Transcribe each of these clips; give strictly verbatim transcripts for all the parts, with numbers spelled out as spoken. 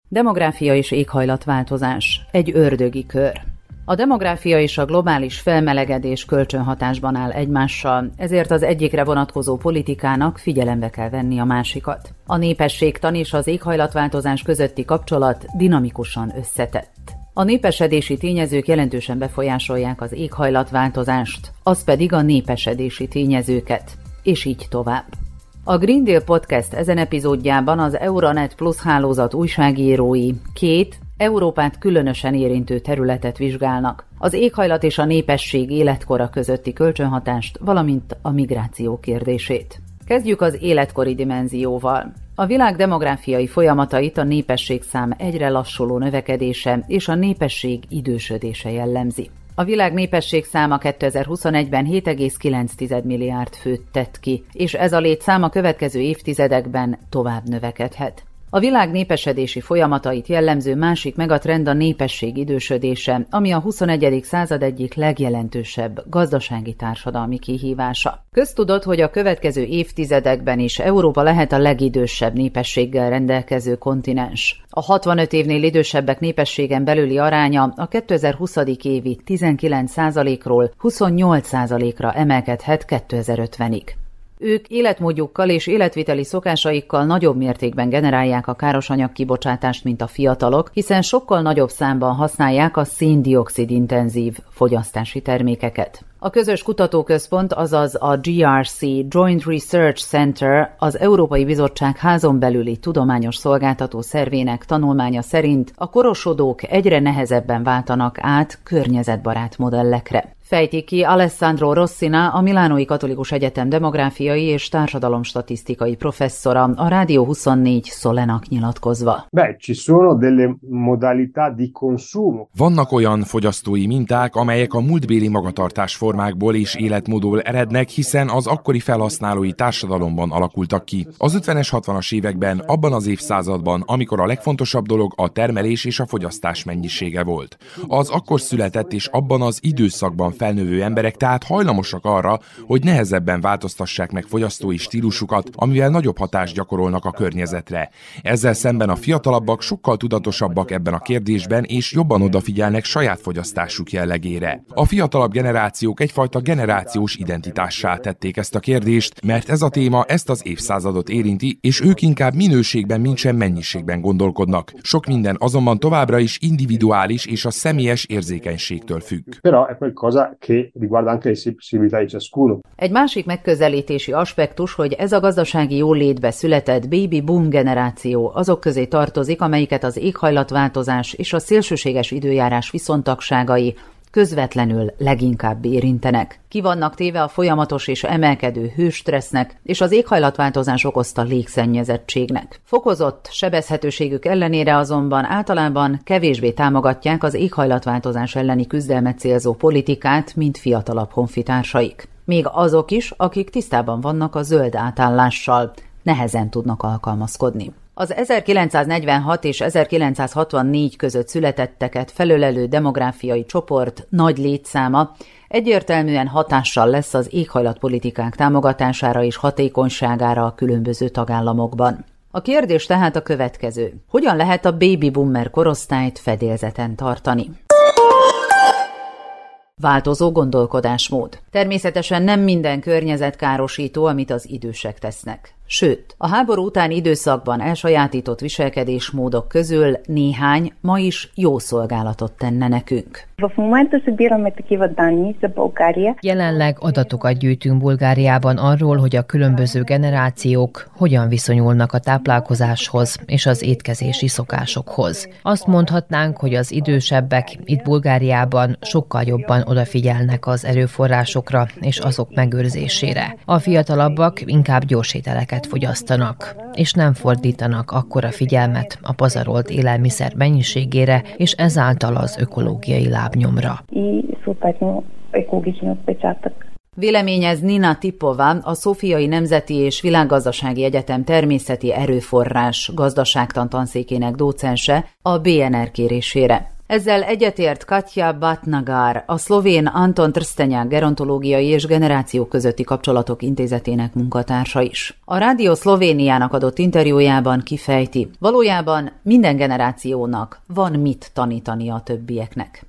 Demográfia és éghajlatváltozás. Egy ördögi kör. A demográfia és a globális felmelegedés kölcsönhatásban áll egymással, ezért az egyikre vonatkozó politikának figyelembe kell venni a másikat. A népességtan és az éghajlatváltozás közötti kapcsolat dinamikusan összetett. A népesedési tényezők jelentősen befolyásolják az éghajlatváltozást, az pedig a népesedési tényezőket, és így tovább. A Green Deal Podcast ezen epizódjában az Euronet Plus hálózat újságírói két Európát különösen érintő területet vizsgálnak, az éghajlat és a népesség életkora közötti kölcsönhatást, valamint a migráció kérdését. Kezdjük az életkori dimenzióval. A világ demográfiai folyamatait a népességszám egyre lassuló növekedése és a népesség idősödése jellemzi. A világ népességszáma kétezer-huszonegyben hét egész kilenc milliárd főt tett ki, és ez a létszám a következő évtizedekben tovább növekedhet. A világ népesedési folyamatait jellemző másik megatrend a népesség idősödése, ami a huszonegyedik század egyik legjelentősebb gazdasági társadalmi kihívása. Köztudott, hogy a következő évtizedekben is Európa lehet a legidősebb népességgel rendelkező kontinens. A hatvanöt évnél idősebbek népességen belüli aránya a kétezer-húsz évi tizenkilenc százalékról huszonnyolc százalékra emelkedhet kétezer-ötvenig. Ők életmódjukkal és életviteli szokásaikkal nagyobb mértékben generálják a károsanyag kibocsátást, mint a fiatalok, hiszen sokkal nagyobb számban használják a szén-dioxid intenzív fogyasztási termékeket. A közös kutatóközpont, azaz a gé er cé Joint Research Center, az Európai Bizottság házon belüli tudományos szolgáltató szervének tanulmánya szerint a korosodók egyre nehezebben váltanak át környezetbarát modellekre. Fejti ki Alessandro Rossina, a Milánói Katolikus Egyetem demográfiai és társadalomstatisztikai professzora, a Rádió huszonnégy Szolenak nyilatkozva. Beh, ci sono delle modalità di consumo. Vannak olyan fogyasztói minták, amelyek a múltbéli magatartás formákból és életmódból erednek, hiszen az akkori felhasználói társadalomban alakultak ki. Az ötvenes, hatvanas években, abban az évszázadban, amikor a legfontosabb dolog a termelés és a fogyasztás mennyisége volt. Az akkor született és abban az időszakban felnövő emberek tehát hajlamosak arra, hogy nehezebben változtassák meg fogyasztói stílusukat, amivel nagyobb hatást gyakorolnak a környezetre. Ezzel szemben a fiatalabbak sokkal tudatosabbak ebben a kérdésben, és jobban odafigyelnek saját fogyasztásuk jellegére. A fiatalabb generációk egyfajta generációs identitássá tették ezt a kérdést, mert ez a téma ezt az évszázadot érinti, és ők inkább minőségben, mintsem mennyiségben gondolkodnak. Sok minden azonban továbbra is individuális és a személyes érzékenységtől függ. Egy másik megközelítési aspektus, hogy ez a gazdasági jólétbe született baby boom generáció azok közé tartozik, amelyiket az éghajlatváltozás és a szélsőséges időjárás viszontagságai közvetlenül leginkább érintenek. Ki vannak téve a folyamatos és emelkedő hőstressznek és az éghajlatváltozás okozta légszennyezettségnek. Fokozott sebezhetőségük ellenére azonban általában kevésbé támogatják az éghajlatváltozás elleni küzdelmet célzó politikát, mint fiatalabb honfitársaik. Még azok is, akik tisztában vannak a zöld átállással, nehezen tudnak alkalmazkodni. Az ezerkilencszáznegyvenhat és ezerkilencszázhatvannégy között születetteket felölelő demográfiai csoport nagy létszáma egyértelműen hatással lesz az éghajlatpolitikák támogatására és hatékonyságára a különböző tagállamokban. A kérdés tehát a következő: hogyan lehet a baby boomer korosztályt fedélzeten tartani? Változó gondolkodásmód. Természetesen nem minden környezetkárosító, amit az idősek tesznek. Sőt, a háború utáni időszakban elsajátított viselkedésmódok közül néhány ma is jó szolgálatot tenne nekünk. Jelenleg adatokat gyűjtünk Bulgáriában arról, hogy a különböző generációk hogyan viszonyulnak a táplálkozáshoz és az étkezési szokásokhoz. Azt mondhatnánk, hogy az idősebbek itt Bulgáriában sokkal jobban odafigyelnek az erőforrásokra és azok megőrzésére. A fiatalabbak inkább gyors ételeket fogyasztanak, és nem fordítanak akkora figyelmet a pazarolt élelmiszer mennyiségére, és ezáltal az ökológiai lábnyomra. Véleményez Nina Tipova, a Szófiai Nemzeti és Világgazdasági Egyetem természeti erőforrás gazdaságtan tanszékének dócense a bé en er kérésére. Ezzel egyetért Katja Batnagar, a szlovén Anton Trstenyak gerontológiai és generációk közötti kapcsolatok intézetének munkatársa is. A Rádió Szlovéniának adott interjújában kifejti, valójában minden generációnak van mit tanítani a többieknek.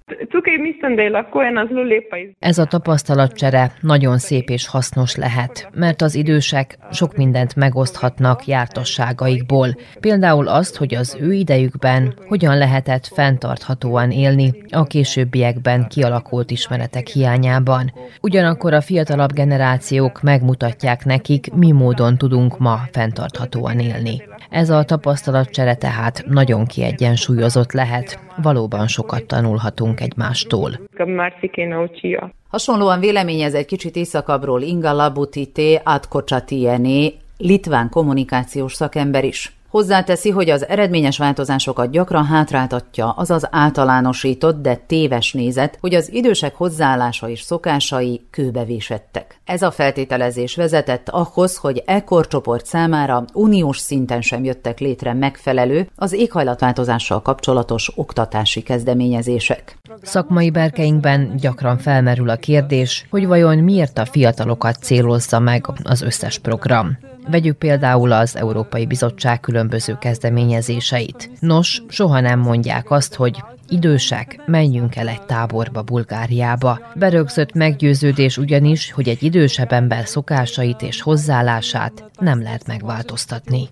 Ez a tapasztalatcsere nagyon szép és hasznos lehet, mert az idősek sok mindent megoszthatnak jártasságaikból. Például azt, hogy az ő idejükben hogyan lehetett fenntarthatóan élni a későbbiekben kialakult ismeretek hiányában. Ugyanakkor a fiatalabb generációk megmutatják nekik, mi módon tudunk ma fenntarthatóan élni. Ez a tapasztalatcsere tehát nagyon kiegyensúlyozott lehet, valóban sokat tanulhatunk egymástól. Hasonlóan véleményez egy kicsit északabbról Inga Labutite Atkocsatiene, litván kommunikációs szakember is. Hozzáteszi, hogy az eredményes változásokat gyakran hátráltatja az az általánosított, de téves nézet, hogy az idősek hozzáállása és szokásai kőbevésedtek. Ez a feltételezés vezetett ahhoz, hogy e korcsoport számára uniós szinten sem jöttek létre megfelelő, az éghajlatváltozással kapcsolatos oktatási kezdeményezések. Szakmai berkeinkben gyakran felmerül a kérdés, hogy vajon miért a fiatalokat célozza meg az összes program. Vegyük például az Európai Bizottság különböző kezdeményezéseit. Nos, soha nem mondják azt, hogy idősek, menjünk el egy táborba Bulgáriába. Berögzött meggyőződés ugyanis, hogy egy idősebb ember szokásait és hozzáállását nem lehet megváltoztatni.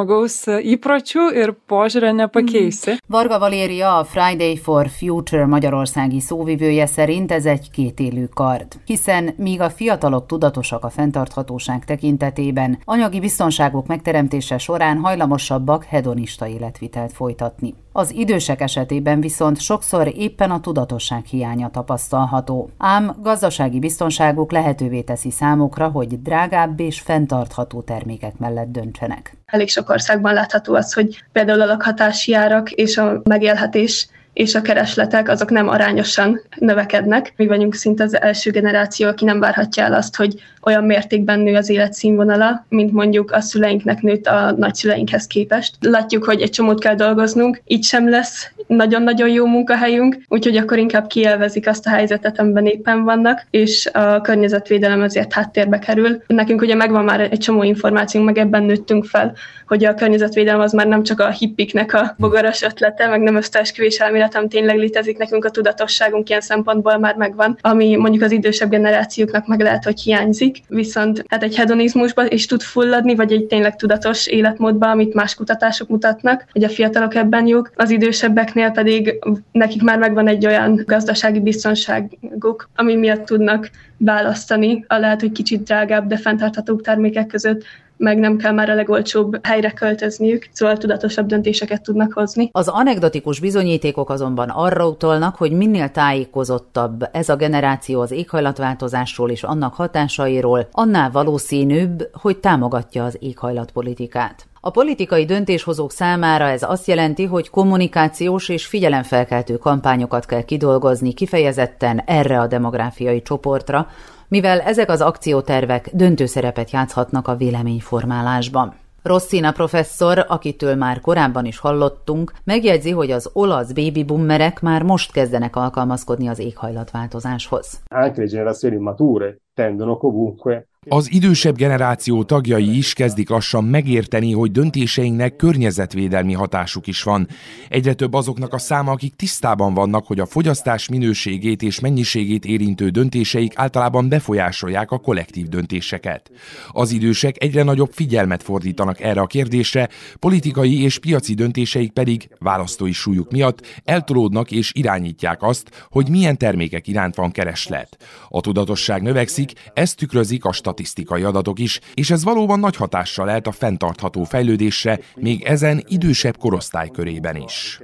Varga Valéria, a Friday for Future magyarországi szóvivője szerint ez egy kétélű kard, hiszen míg a fiatalok tudatosak a fenntarthatóság tekintetében, anyagi biztonságok megteremtése során hajlamosabbak hedonista életvitelt folytatni. Az idősek esetében viszont sokszor éppen a tudatosság hiánya tapasztalható. Ám gazdasági biztonságuk lehetővé teszi számukra, hogy drágább és fenntartható termékek mellett döntsenek. Elég sok országban látható az, hogy például a lakhatási árak és a megélhetés és a keresletek azok nem arányosan növekednek. Mi vagyunk szinte az első generáció, aki nem várhatja el azt, hogy olyan mértékben nő az életszínvonala, mint mondjuk a szüleinknek nőtt a nagyszüleinkhez képest. Látjuk, hogy egy csomót kell dolgoznunk, így sem lesz nagyon-nagyon jó munkahelyünk, úgyhogy akkor inkább kielvezik azt a helyzetet, amiben éppen vannak, és a környezetvédelem ezért háttérbe kerül. Nekünk ugye megvan már egy csomó információnk, meg ebben nőttünk fel, hogy a környezetvédelem az már nem csak a hippiknek a bogaras ötlete, meg nem összeesküvés elmélet, hanem tényleg létezik, nekünk a tudatosságunk ilyen szempontból már megvan, ami mondjuk az idősebb generációknak meg lehet, hogy hiányzik, viszont hát egy hedonizmusba is tud fulladni, vagy egy tényleg tudatos életmódba, amit más kutatások mutatnak, hogy a fiatalok ebben jók, az idősebbeknél pedig nekik már megvan egy olyan gazdasági biztonságuk, ami miatt tudnak választani a lehet, hogy kicsit drágább, de fenntartható termékek között, meg nem kell már a legolcsóbb helyre költözniük, szóval tudatosabb döntéseket tudnak hozni. Az anekdotikus bizonyítékok azonban arra utalnak, hogy minél tájékozottabb ez a generáció az éghajlatváltozásról és annak hatásairól, annál valószínűbb, hogy támogatja az éghajlatpolitikát. A politikai döntéshozók számára ez azt jelenti, hogy kommunikációs és figyelemfelkeltő kampányokat kell kidolgozni kifejezetten erre a demográfiai csoportra, mivel ezek az akciótervek döntő szerepet játszhatnak a véleményformálásban. Rossina professzor, akitől már korábban is hallottunk, megjegyzi, hogy az olasz baby boomerek már most kezdenek alkalmazkodni az éghajlatváltozáshoz. Anche le generazioni mature tendono comunque. Az idősebb generáció tagjai is kezdik lassan megérteni, hogy döntéseinknek környezetvédelmi hatásuk is van. Egyre több azoknak a száma, akik tisztában vannak, hogy a fogyasztás minőségét és mennyiségét érintő döntéseik általában befolyásolják a kollektív döntéseket. Az idősek egyre nagyobb figyelmet fordítanak erre a kérdésre, politikai és piaci döntéseik pedig választói súlyuk miatt eltolódnak és irányítják azt, hogy milyen termékek iránt van kereslet. A tudatosság növekszik, ezt tükrözik a statisztikai adatok is, és ez valóban nagy hatással lehet a fenntartható fejlődésre, még ezen idősebb korosztály körében is.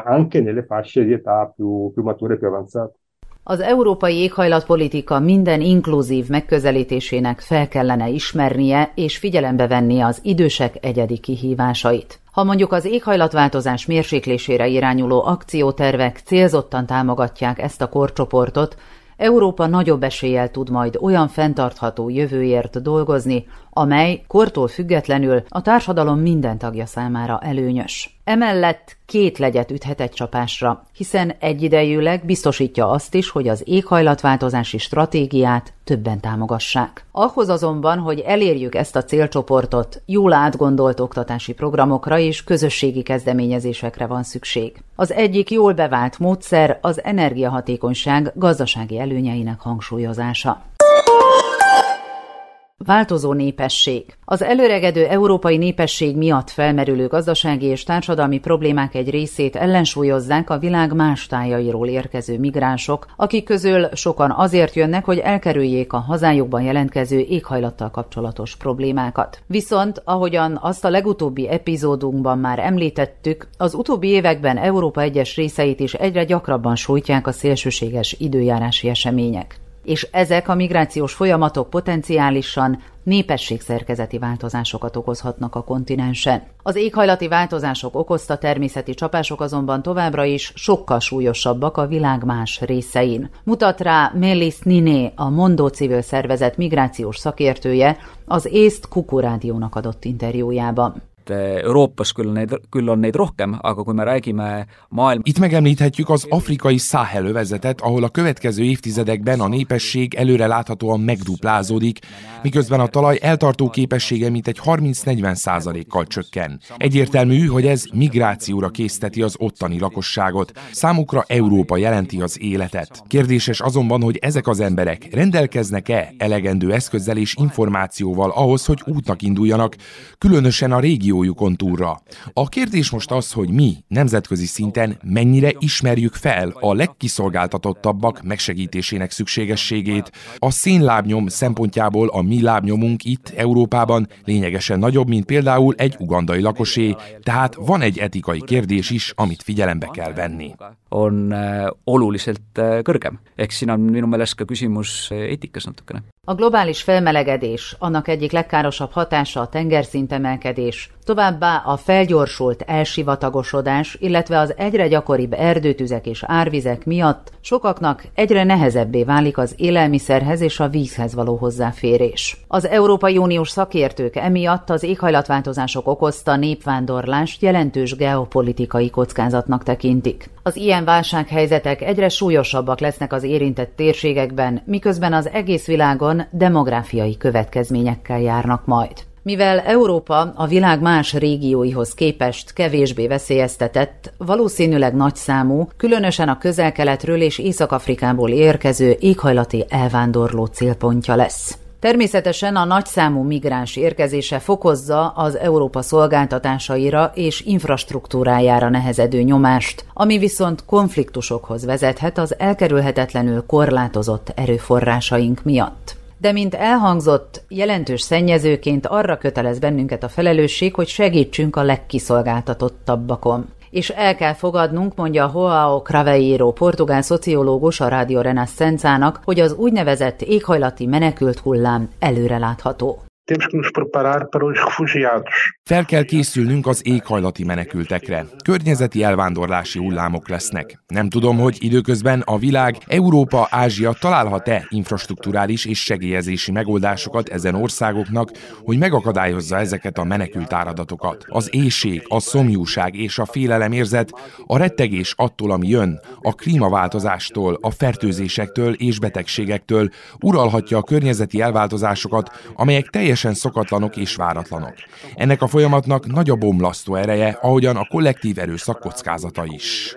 Az európai éghajlatpolitika minden inkluzív megközelítésének fel kellene ismernie és figyelembe vennie az idősek egyedi kihívásait. Ha mondjuk az éghajlatváltozás mérséklésére irányuló akciótervek célzottan támogatják ezt a korcsoportot, Európa nagyobb eséllyel tud majd olyan fenntartható jövőért dolgozni, amely kortól függetlenül a társadalom minden tagja számára előnyös. Emellett két legyet üthet egy csapásra, hiszen egyidejűleg biztosítja azt is, hogy az éghajlatváltozási stratégiát többen támogassák. Ahhoz azonban, hogy elérjük ezt a célcsoportot, jól átgondolt oktatási programokra és közösségi kezdeményezésekre van szükség. Az egyik jól bevált módszer az energiahatékonyság gazdasági előnyeinek hangsúlyozása. Változó népesség. Az előregedő európai népesség miatt felmerülő gazdasági és társadalmi problémák egy részét ellensúlyozzák a világ más tájairól érkező migránsok, akik közül sokan azért jönnek, hogy elkerüljék a hazájukban jelentkező éghajlattal kapcsolatos problémákat. Viszont, ahogyan azt a legutóbbi epizódunkban már említettük, az utóbbi években Európa egyes részeit is egyre gyakrabban sújtják a szélsőséges időjárási események. És ezek a migrációs folyamatok potenciálisan népességszerkezeti változásokat okozhatnak a kontinensen. Az éghajlati változások okozta természeti csapások azonban továbbra is sokkal súlyosabbak a világ más részein. Mutat rá Melis Niné, a Mondó civil szervezet migrációs szakértője, az észt Kuku rádiónak adott interjújában. Euroopas küll, neid, küll on neid rohkem, aga kui me räägime maailm... Itt megemlíthetjük az afrikai Száhel övezetet, ahol a következő évtizedekben a népesség előre láthatóan megduplázódik, miközben a talaj eltartó képessége mintegy harminc-negyven százalékkal csökken. Egyértelmű, hogy ez migrációra készteti az ottani lakosságot. Számukra Európa jelenti az életet. Kérdéses azonban, hogy ezek az emberek rendelkeznek-e elegendő eszközzel és információval ahhoz, hogy útnak induljanak, különösen a régió túlra. A kérdés most az, hogy mi nemzetközi szinten mennyire ismerjük fel a legkiszolgáltatottabbak megsegítésének szükségességét. A szénlábnyom szempontjából a mi lábnyomunk itt Európában lényegesen nagyobb, mint például egy ugandai lakosé, tehát van egy etikai kérdés is, amit figyelembe kell venni. On oluliselt kõrgem. Ehk siin on minu meelest ka küsimus eetikas natukene. A globális felmelegedés, annak egyik legkárosabb hatása a tengerszintemelkedés, továbbá a felgyorsult elsivatagosodás, illetve az egyre gyakoribb erdőtüzek és árvizek miatt sokaknak egyre nehezebbé válik az élelmiszerhez és a vízhez való hozzáférés. Az Európai Uniós szakértők emiatt az éghajlatváltozások okozta népvándorlást jelentős geopolitikai kockázatnak tekintik. Az ilyen válsághelyzetek egyre súlyosabbak lesznek az érintett térségekben, miközben az egész világon demográfiai következményekkel járnak majd. Mivel Európa a világ más régióihoz képest kevésbé veszélyeztetett, valószínűleg nagyszámú, különösen a Közel-Keletről és Észak-Afrikából érkező éghajlati elvándorló célpontja lesz. Természetesen a nagyszámú migráns érkezése fokozza az Európa szolgáltatásaira és infrastruktúrájára nehezedő nyomást, ami viszont konfliktusokhoz vezethet az elkerülhetetlenül korlátozott erőforrásaink miatt. De mint elhangzott, jelentős szennyezőként arra kötelez bennünket a felelősség, hogy segítsünk a legkiszolgáltatottabbakon. És el kell fogadnunk, mondja João Craveiro, portugál szociológus a Rádió Renascenzának, hogy az úgynevezett éghajlati menekült hullám előrelátható. Fel kell készülnünk az éghajlati menekültekre. Környezeti elvándorlási hullámok lesznek. Nem tudom, hogy időközben a világ, Európa, Ázsia találhat-e infrastrukturális és segélyezési megoldásokat ezen országoknak, hogy megakadályozza ezeket a menekült áradatokat. Az éhség, a szomjúság és a félelemérzet, a rettegés attól, ami jön, a klímaváltozástól, a fertőzésektől és betegségektől uralhatja a környezeti elváltozásokat, amelyek teljesen szokatlanok és váratlanok. Ennek a folyamatnak nagy a bomlasztó ereje, ahogyan a kollektív erőszak kockázata is.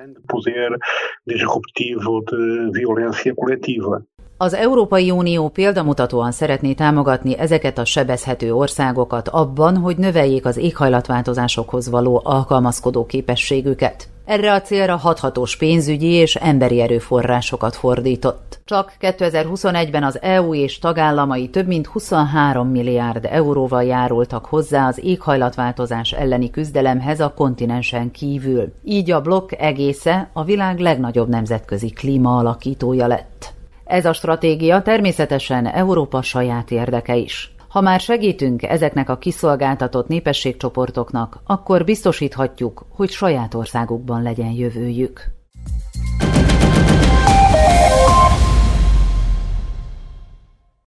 Az Európai Unió példamutatóan szeretné támogatni ezeket a sebezhető országokat abban, hogy növeljék az éghajlatváltozásokhoz való alkalmazkodó képességüket. Erre a célra hathatós pénzügyi és emberi erőforrásokat fordított. Csak kétezer-huszonegyben az é u és tagállamai több mint huszonhárom milliárd euróval járultak hozzá az éghajlatváltozás elleni küzdelemhez a kontinensen kívül. Így a blokk egésze a világ legnagyobb nemzetközi klímaalakítója lett. Ez a stratégia természetesen Európa saját érdeke is. Ha már segítünk ezeknek a kiszolgáltatott népességcsoportoknak, akkor biztosíthatjuk, hogy saját országukban legyen jövőjük.